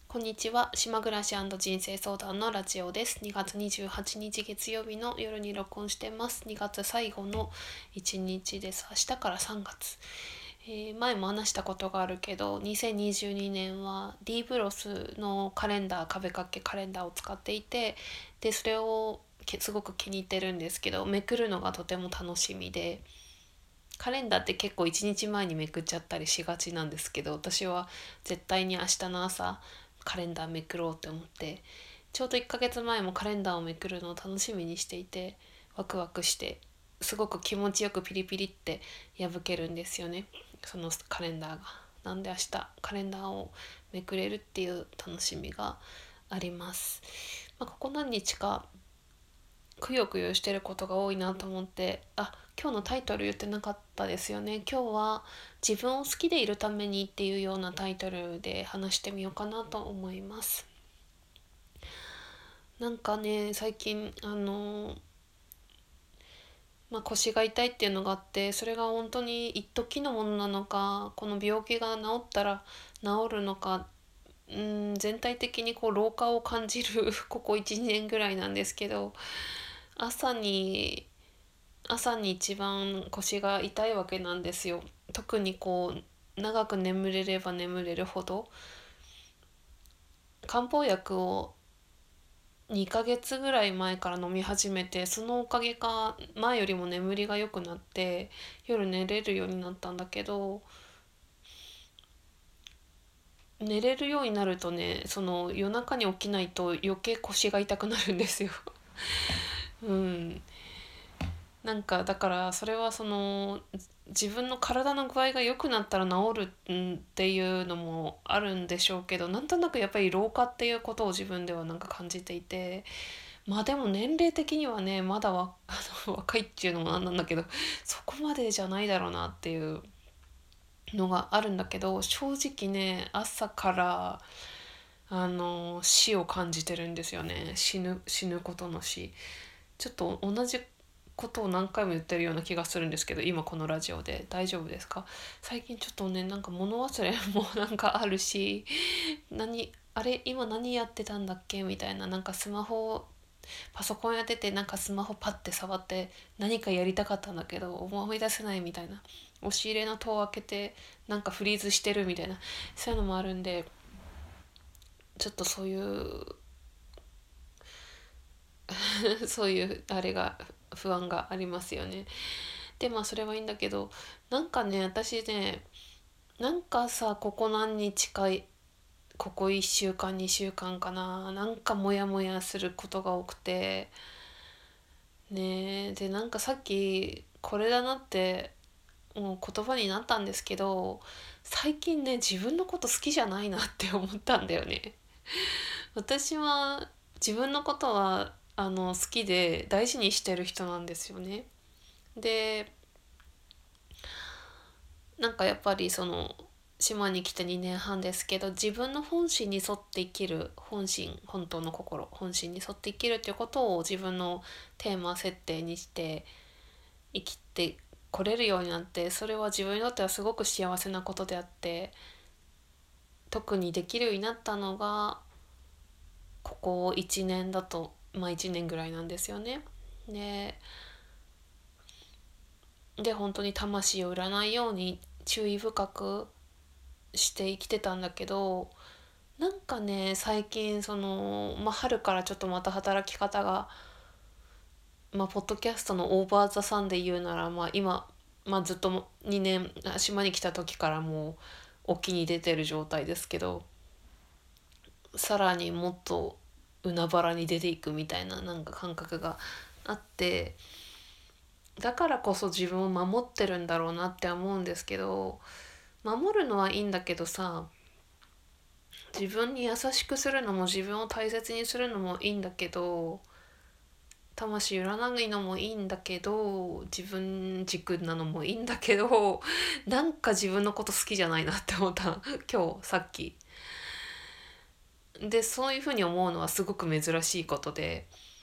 こんにちは。島暮らし人生相談のラジオです。2月28日月曜日の夜に録音してます。2月最後の1日です。明日から3月。前も話したことがあるけど、2022年は D ブロスのカレンダー、壁掛けカレンダーを使っていて、で、それをすごく気に入ってるんですけど、めくるのがとても楽しみで、カレンダーって結構1日前にめくっちゃったりしがちなんですけど、私は絶対に明日の朝カレンダーめくろうって思って、ちょうど1ヶ月前もカレンダーをめくるのを楽しみにしていて、ワクワクして、すごく気持ちよくピリピリって破けるんですよね、そのカレンダーが。なんで明日カレンダーをめくれるっていう楽しみがあります。ここ何日かくよくよしてることが多いなと思って、今日のタイトル言ってなかったですよね。今日は自分を好きでいるためにっていうようなタイトルで話してみようかなと思います。なんかね、最近腰が痛いっていうのがあって、それが本当に一時のものなのか、この病気が治ったら治るのか、全体的に老化を感じるここ1、2年ぐらいなんですけど、朝に朝に一番腰が痛いわけなんですよ。特に長く眠れれば眠れるほど、漢方薬を2ヶ月ぐらい前から飲み始めて、そのおかげか前よりも眠りが良くなって夜寝れるようになったんだけど、寝れるようになるとね、その夜中に起きないと余計腰が痛くなるんですよ。うん。なんかだからそれは自分の体の具合が良くなったら治るっていうのもあるんでしょうけど、なんとなくやっぱり老化っていうことを自分ではなんか感じていて、でも年齢的にはねまだ若いっていうのもなんなんだけど、そこまでじゃないだろうなっていうのがあるんだけど、正直ね朝から死を感じてるんですよね。死ぬことの死。ちょっと同じことを何回も言ってるような気がするんですけど、今このラジオで大丈夫ですか？最近ちょっとね、なんか物忘れもなんかあるし、あれ今何やってたんだっけみたいな、なんかパソコンやってて、なんかスマホパッて触って何かやりたかったんだけど思い出せないみたいな、押し入れの戸を開けてなんかフリーズしてるみたいな、そういうのもあるんで、ちょっとそういうそういうあれが不安がありますよね。でそれはいいんだけど、なんかね私ね、なんかさ、ここ何日か、ここ1週間2週間かな、なんかモヤモヤすることが多くてね。でなんかさっきこれだなってもう言葉になったんですけど、最近ね自分のこと好きじゃないなって思ったんだよね。私は自分のことは好きで大事にしてる人なんですよね。でなんかやっぱり島に来て2年半ですけど、自分の本心に沿って生きる、本当の本心に沿って生きるっていうことを自分のテーマ設定にして生きてこれるようになって、それは自分にとってはすごく幸せなことであって、特にできるようになったのがここ1年だと、1年ぐらいなんですよね。で本当に魂を売らないように注意深くして生きてたんだけど、なんかね最近春からちょっとまた働き方が、ポッドキャストのオーバーザさんで言うなら、今、ずっと2年島に来た時からもう沖に出てる状態ですけど、さらにもっと海原に出ていくみたいななんか感覚があって、だからこそ自分を守ってるんだろうなって思うんですけど、守るのはいいんだけどさ、自分に優しくするのも自分を大切にするのもいいんだけど、魂占いのもいいんだけど、自分軸なのもいいんだけど、なんか自分のこと好きじゃないなって思った今日さっきで。そういうふうに思うのはすごく珍しいことで、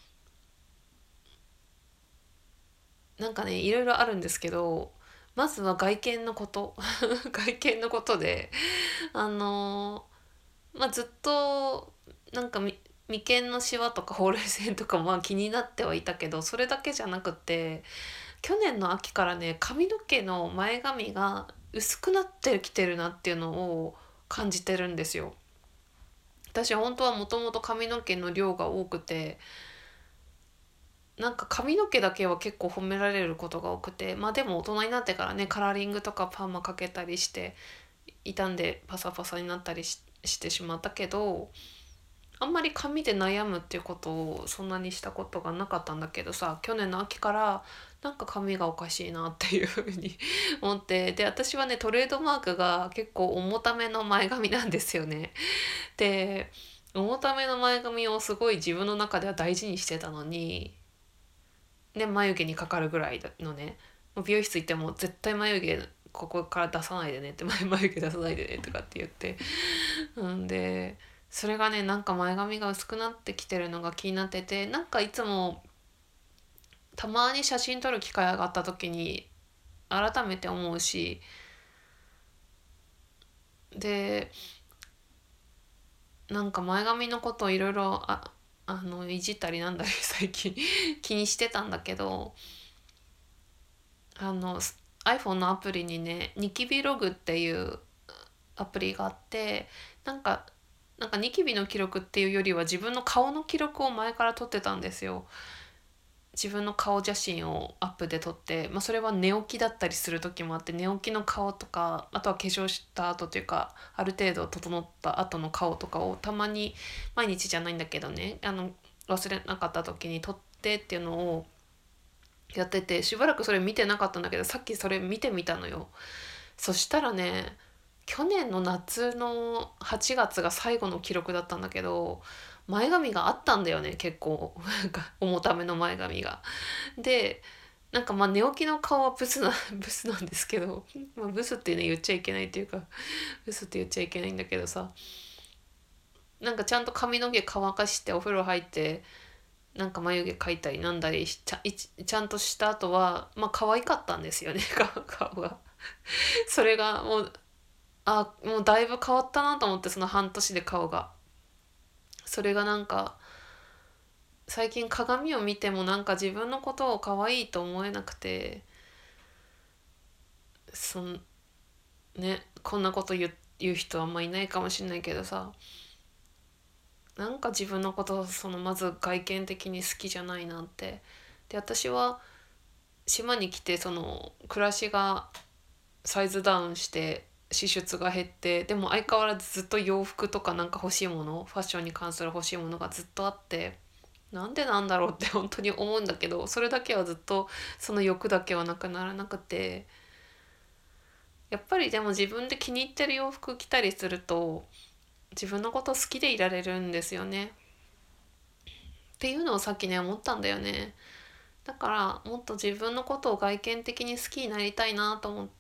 なんかねいろいろあるんですけど、まずは外見のこと外見のことで、あのずっとなんか眉間のシワとかほうれい線とか気になってはいたけど、それだけじゃなくて去年の秋からね、髪の毛の前髪が薄くなってきてるなっていうのを感じてるんですよ。私本当はもともと髪の毛の量が多くて、なんか髪の毛だけは結構褒められることが多くて、でも大人になってからね、カラーリングとかパーマかけたりして傷んでパサパサになったりしてしまったけど、あんまり髪で悩むっていうことをそんなにしたことがなかったんだけどさ、去年の秋からなんか髪がおかしいなっていうふうに思って、で私はねトレードマークが結構重ための前髪なんですよね。で重ための前髪をすごい自分の中では大事にしてたのに、で眉毛にかかるぐらいのね、もう美容室行っても絶対眉毛ここから出さないでねって眉毛出さないでねとかって言って、でそれがねなんか前髪が薄くなってきてるのが気になってて、なんかいつもたまに写真撮る機会があった時に改めて思うし、でなんか前髪のことをいろいろいじったりなんだり最近気にしてたんだけど、iPhone のアプリにねニキビログっていうアプリがあって、なんかニキビの記録っていうよりは自分の顔の記録を前から撮ってたんですよ。自分の顔写真をアップで撮って、それは寝起きだったりする時もあって、寝起きの顔とか、あとは化粧した後というかある程度整った後の顔とかをたまに、毎日じゃないんだけどね、忘れなかった時に撮ってっていうのをやってて、しばらくそれ見てなかったんだけど、さっきそれ見てみたのよ。そしたらね、去年の夏の8月が最後の記録だったんだけど、前髪があったんだよね、結構なんか重ための前髪が。でなんか寝起きの顔はブスなブスなんですけど、ブスってね言っちゃいけないっていうか、ブスって言っちゃいけないんだけどさ、なんかちゃんと髪の毛乾かしてお風呂入って、なんか眉毛描いたりなんだりちゃんとした後は可愛かったんですよね顔が。それがもうだいぶ変わったなと思って、その半年で顔が。それがなんか最近鏡を見てもなんか自分のことを可愛いと思えなくて、そんねこんなこと言う人はあんまいないかもしれないけどさ、なんか自分のことをまず外見的に好きじゃないなって。で私は島に来て暮らしがサイズダウンして支出が減って、でも相変わらずずっと洋服とかなんか欲しいもの、ファッションに関する欲しいものがずっとあって、なんでなんだろうって本当に思うんだけど、それだけはずっとその欲だけはなくならなくて、やっぱりでも自分で気に入ってる洋服着たりすると自分のこと好きでいられるんですよねっていうのをさっきね思ったんだよね。だからもっと自分のことを外見的に好きになりたいなと思って、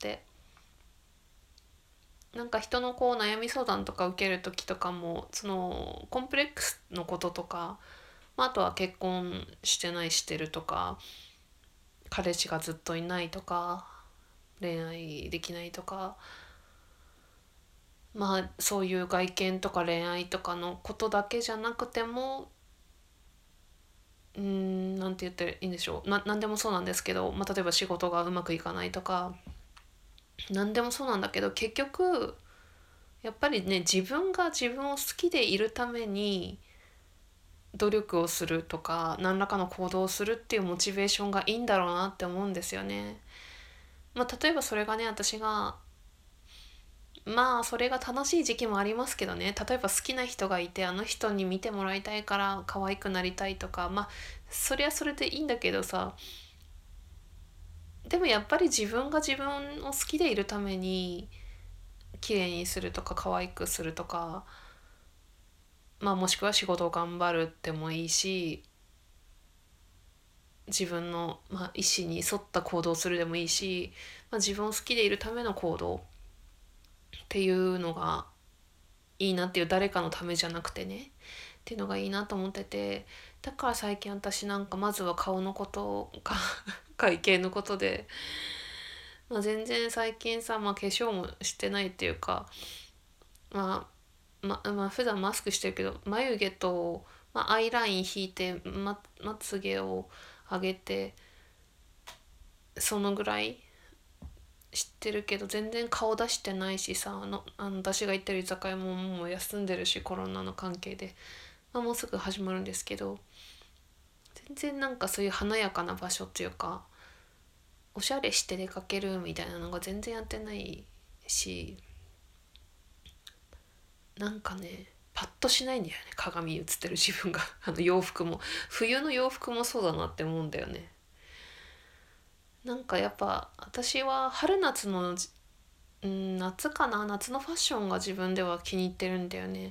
なんか人の悩み相談とか受ける時とかも、コンプレックスのこととか、あとは結婚してないしてるとか、彼氏がずっといないとか、恋愛できないとか、そういう外見とか恋愛とかのことだけじゃなくても、なんて言ったらいいんでしょう、なんでもそうなんですけど、例えば仕事がうまくいかないとか、なんでもそうなんだけど、結局やっぱりね、自分が自分を好きでいるために努力をするとか何らかの行動をするっていうモチベーションがいいんだろうなって思うんですよね。例えばそれがね、私がそれが楽しい時期もありますけどね、例えば好きな人がいて、あの人に見てもらいたいから可愛くなりたいとか、そりゃそれでいいんだけどさ、でもやっぱり自分が自分を好きでいるために綺麗にするとか可愛くするとか、もしくは仕事を頑張るってもいいし、自分の、意思に沿った行動をするでもいいし、自分を好きでいるための行動っていうのがいいなっていう、誰かのためじゃなくてねっていうのがいいなと思ってて、だから最近私なんかまずは顔のことか外見のことで、全然最近さ、化粧もしてないっていうか、ま普段マスクしてるけど眉毛と、アイライン引いて、まつげを上げてそのぐらい知ってるけど全然顔出してないしさ、私が行ってる居酒屋ももう休んでるし、コロナの関係で、もうすぐ始まるんですけど、全然なんかそういう華やかな場所っていうかおしゃれして出かけるみたいなのが全然やってないし、なんかねパッとしないんだよね、鏡に映ってる自分が洋服も冬の洋服もそうだなって思うんだよね。なんかやっぱ私は春夏の夏かな、夏のファッションが自分では気に入ってるんだよね。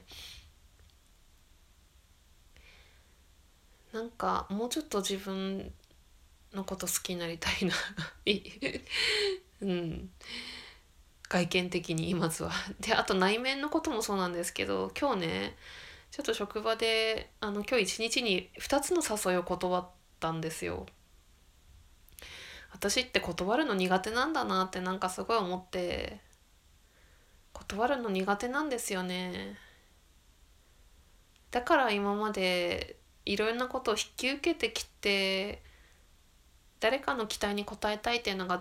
なんかもうちょっと自分のこと好きになりたいなうん、外見的にまずは。であと内面のこともそうなんですけど、今日ねちょっと職場で今日一日に2つの誘いを断ったんですよ。私って断るの苦手なんだなってなんかすごい思って、断るの苦手なんですよね。だから今までいろんなことを引き受けてきて、誰かの期待に応えたいっていうのが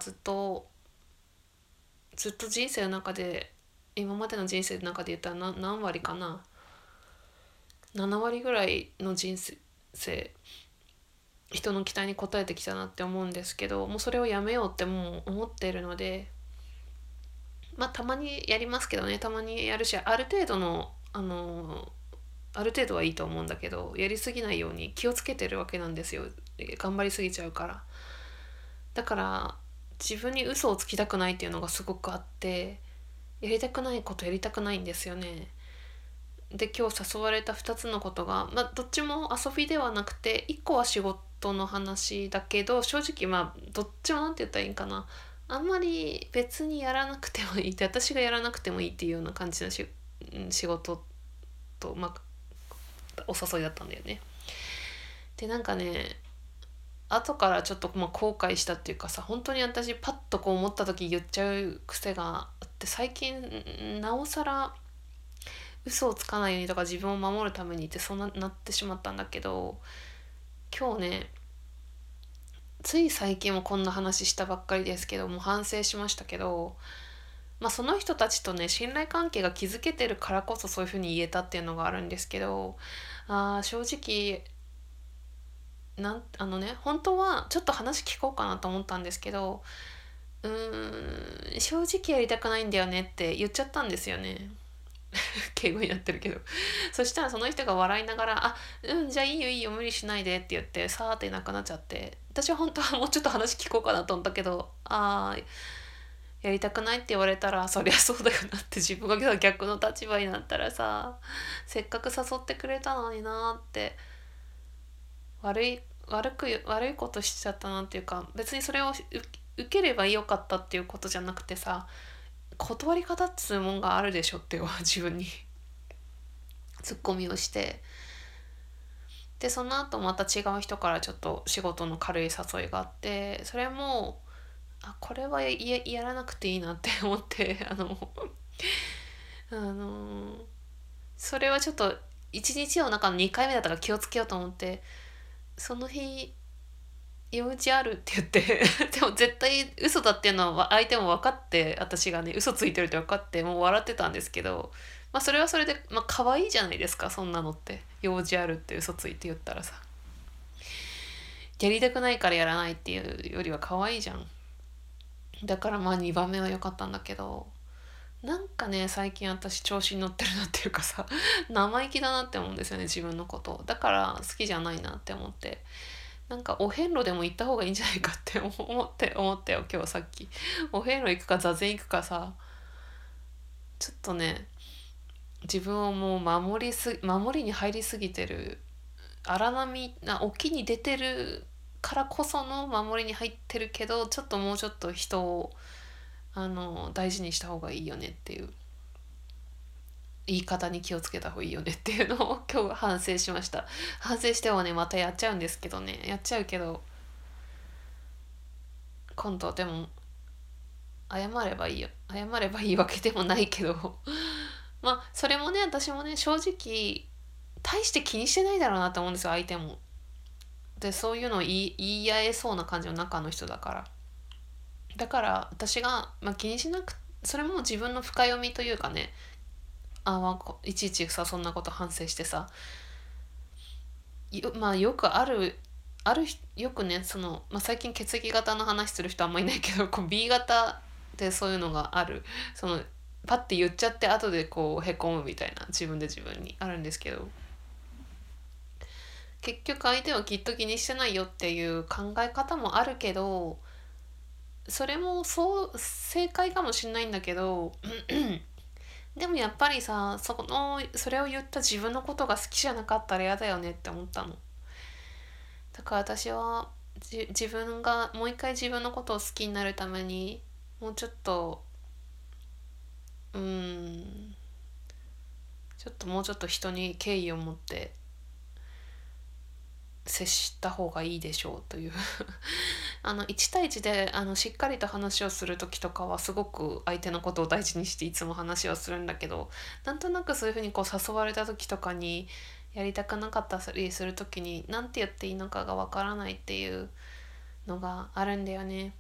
ずっと人生の中で、今までの人生の中で言ったら何割かな、7割ぐらいの人生人の期待に応えてきたなって思うんですけど、もうそれをやめようってもう思っているので、たまにやりますけどね、たまにやるし、ある程度はいいと思うんだけど、やりすぎないように気をつけてるわけなんですよ。頑張りすぎちゃうから。だから自分に嘘をつきたくないっていうのがすごくあって、やりたくないことやりたくないんですよね。で今日誘われた2つのことが、どっちも遊びではなくて、1個は仕事の話だけど、正直どっちもなんて言ったらいいんかな、あんまり別にやらなくてもいいって、私がやらなくてもいいっていうような感じの仕事と、お誘いだったんだよね。でなんかね、後からちょっと後悔したっていうかさ、本当に私パッとこう思った時言っちゃう癖があって、最近なおさら嘘をつかないようにとか自分を守るためにってそうなってしまったんだけど、今日ねつい最近もこんな話したばっかりですけども反省しましたけど、その人たちとね信頼関係が築けてるからこそそういうふうに言えたっていうのがあるんですけど、正直本当はちょっと話聞こうかなと思ったんですけど、正直やりたくないんだよねって言っちゃったんですよね。敬語になってるけど。そしたらその人が笑いながらじゃあいいよいいよ無理しないでって言ってさーっていなくなっちゃって、私は本当はもうちょっと話聞こうかなと思ったけど、やりたくないって言われたらそりゃそうだよなって、自分が逆の立場になったらさ、せっかく誘ってくれたのになって、悪いことしちゃったなっていうか、別にそれを受ければよかったっていうことじゃなくてさ、断り方っつうもんがあるでしょって自分にツッコミをして、でその後また違う人からちょっと仕事の軽い誘いがあって、それもこれはやらなくていいなって思ってあのそれはちょっと一日の中の2回目だったから気をつけようと思って、その日用事あるって言ってでも絶対嘘だっていうのは相手も分かって、私がね嘘ついてるって分かってもう笑ってたんですけど、それはそれで可愛いじゃないですか、そんなのって。用事あるって嘘ついて言ったらさ、やりたくないからやらないっていうよりは可愛いじゃん。だから2番目は良かったんだけど、なんかね最近私調子に乗ってるなっていうかさ、生意気だなって思うんですよね、自分のこと。だから好きじゃないなって思って、なんかお遍路でも行った方がいいんじゃないかって思ったよ今日さっき。お遍路行くか座禅行くかさ、ちょっとね自分をもう守りに入りすぎてる、荒波沖に出てるからこその守りに入ってるけど、ちょっともうちょっと人を大事にした方がいいよねっていう、言い方に気をつけた方がいいよねっていうのを今日反省しました。反省してもねまたやっちゃうんですけどね、やっちゃうけど、今度でも謝ればいいよ、謝ればいいわけでもないけどまあそれもね、私もね正直大して気にしてないだろうなと思うんですよ、相手も。でそういうのを言い合えそうな感じの中の人だから。だから私が、気にしなく、それも自分の深読みというかね、いちいちさそんなこと反省してさ、よくよくね、最近血液型の話する人あんまいないけど、こう B 型でそういうのがある。パッて言っちゃって後でこうへこむみたいな、自分で自分にあるんですけど、結局相手はきっと気にしてないよっていう考え方もあるけど、それもそう正解かもしれないんだけど、でもやっぱりさ、それを言った自分のことが好きじゃなかったら嫌だよねって思ったの。だから私は自分がもう一回自分のことを好きになるために、もうちょっと、うーんもうちょっと人に敬意を持って接した方がいいでしょうという1対1でしっかりと話をする時とかはすごく相手のことを大事にしていつも話をするんだけど、なんとなくそういうふうにこう誘われた時とかに、やりたくなかったりする時に何て言っていいのかがわからないっていうのがあるんだよね。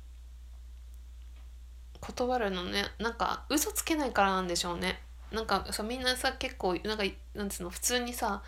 断るのね、なんか嘘つけないからなんでしょうね。なんかさ、みんなさ結構なんかなんつうの、普通にさ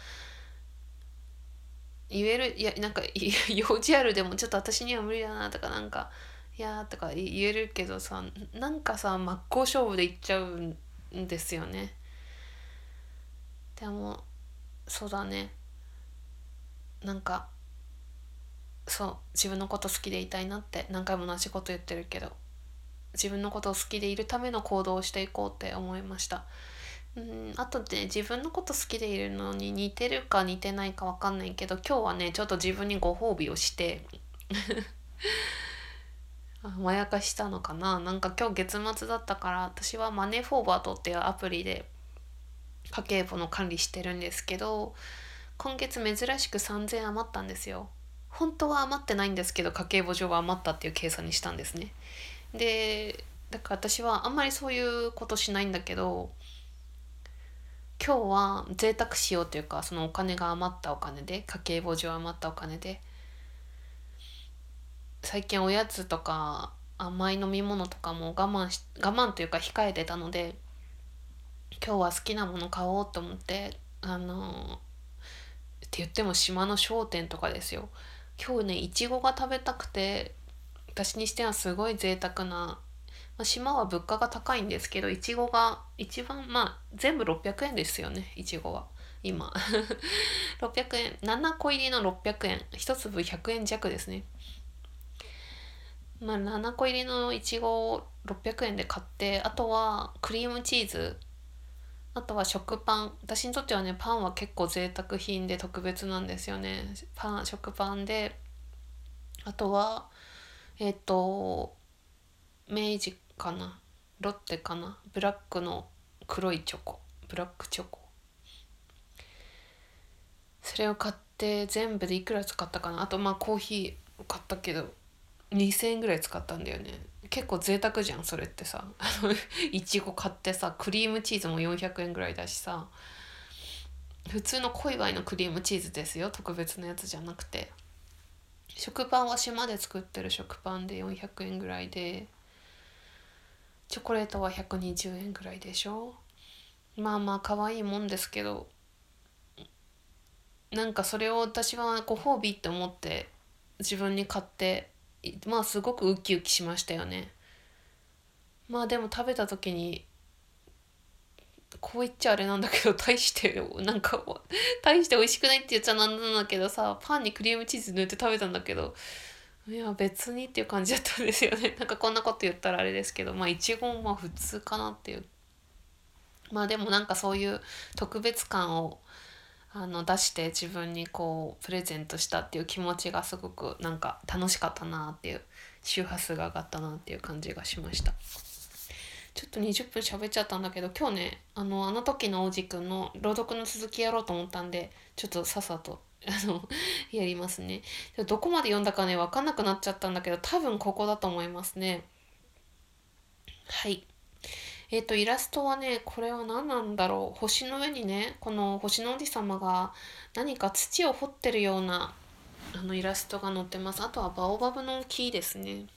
言える、いやなんか用事あるでもちょっと私には無理だなとか、なんかいやーとか言えるけどさ、なんかさ真っ向勝負で言っちゃうんですよね。でもそうだね、なんか自分のこと好きでいたいなって何回も同じこと言ってるけど、自分のことを好きでいるための行動をしていこうって思いました。あとね、自分のこと好きでいるのに似てるか似てないか分かんないけど、今日はねちょっと自分にご褒美をして甘やかしたのかな。なんか今日月末だったから、私はマネーフォーバードっていうアプリで家計簿の管理してるんですけど、今月珍しく3000余ったんですよ。本当は余ってないんですけど、家計簿上は余ったっていう計算にしたんですね。でだから私はあんまりそういうことしないんだけど、今日は贅沢しようというか、そのお金が余ったお金で、家計簿上余ったお金で、最近おやつとか甘い飲み物とかも我慢というか控えてたので、今日は好きなもの買おうと思って、って言っても島の商店とかですよ。今日ねいちごが食べたくて、私にしてはすごい贅沢な、島は物価が高いんですけど、いちごが一番、全部600円ですよね、いちごは今600円、7個入りの600円、1粒100円弱ですね。7個入りのいちごを600円で買って、あとはクリームチーズ、あとは食パン。私にとってはね、パンは結構贅沢品で特別なんですよね。食パンで、あとはえっ、と明治かな、ロッテかな、ブラックの黒いチョコ、ブラックチョコ、それを買って、全部でいくら使ったかな。あとコーヒー買ったけど2000円ぐらい使ったんだよね。結構贅沢じゃんそれってさいちご買ってさ、クリームチーズも400円ぐらいだしさ、普通の小祝いのクリームチーズですよ、特別なやつじゃなくて。食パンは島で作ってる食パンで400円ぐらいで、チョコレートは120円ぐらいでしょ。可愛いもんですけど、なんかそれを私はご褒美って思って自分に買って、すごくウキウキしましたよね。でも食べた時に、こう言っちゃあれなんだけど、大して美味しくないって言っちゃなんなんだけどさ、パンにクリームチーズ塗って食べたんだけど、いや別にっていう感じだったんですよね。なんかこんなこと言ったらあれですけど、いちごも普通かなっていう。でもなんかそういう特別感を出して自分にこうプレゼントしたっていう気持ちがすごくなんか楽しかったなっていう、周波数が上がったなっていう感じがしました。ちょっと20分喋っちゃったんだけど、今日ねあの時の王子くんの朗読の続きやろうと思ったんで、ちょっとさっさとやりますね。どこまで読んだかね分かんなくなっちゃったんだけど、多分ここだと思いますね。はい。 イラストはね、これは何なんだろう。星の上にね、この星の王子様が何か土を掘ってるようなイラストが載ってます。あとはバオバブの木ですね。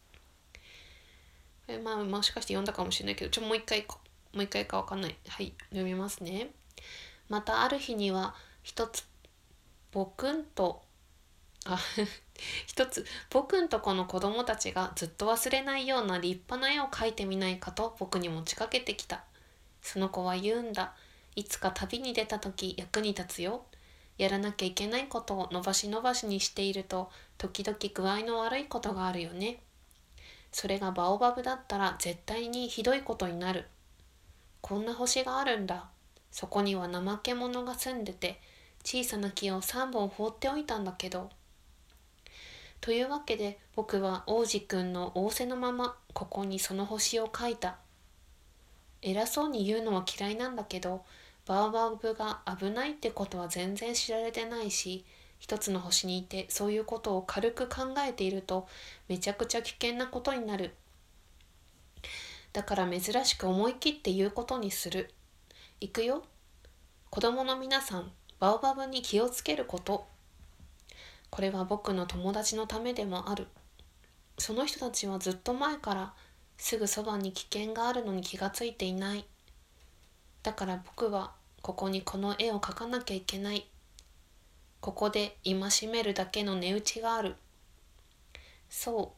まあもしかして読んだかもしれないけど、もう一回かわかんない。はい、読みますね。またある日には一つぼくんとあ一つ僕んとこの子供たちがずっと忘れないような立派な絵を描いてみないかと僕に持ちかけてきた。その子は言うんだ。いつか旅に出た時役に立つよ。やらなきゃいけないことを伸ばし伸ばしにしていると時々具合の悪いことがあるよね。それがバオバブだったら絶対にひどいことになる。こんな星があるんだ。そこには怠け者が住んでて小さな木を3本放っておいたんだけど。というわけで僕は王子くんの仰せのままここにその星を描いた。偉そうに言うのは嫌いなんだけど、バーバブが危ないってことは全然知られてないし、一つの星にいてそういうことを軽く考えているとめちゃくちゃ危険なことになる。だから珍しく思い切って言うことにする。いくよ。子供の皆さん、バオバブに気をつけること。これは僕の友達のためでもある。その人たちはずっと前からすぐそばに危険があるのに気がついていない。だから僕はここにこの絵を描かなきゃいけない。ここで戒めるだけの値打ちがある。そう、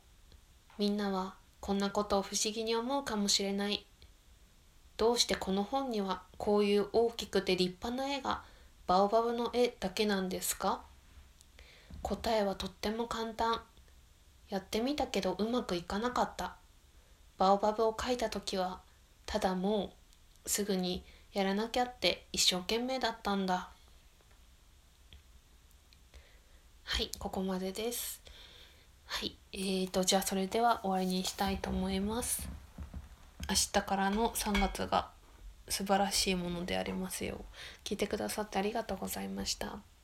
みんなはこんなことを不思議に思うかもしれない。どうしてこの本にはこういう大きくて立派な絵がバオバブの絵だけなんですか？答えはとっても簡単。やってみたけどうまくいかなかった。バオバブを描いた時はただもうすぐにやらなきゃって一生懸命だったんだ。はい、ここまでです。はい、じゃあそれでは終わりにしたいと思います。明日からの3月が素晴らしいものでありますよう。聞いてくださってありがとうございました。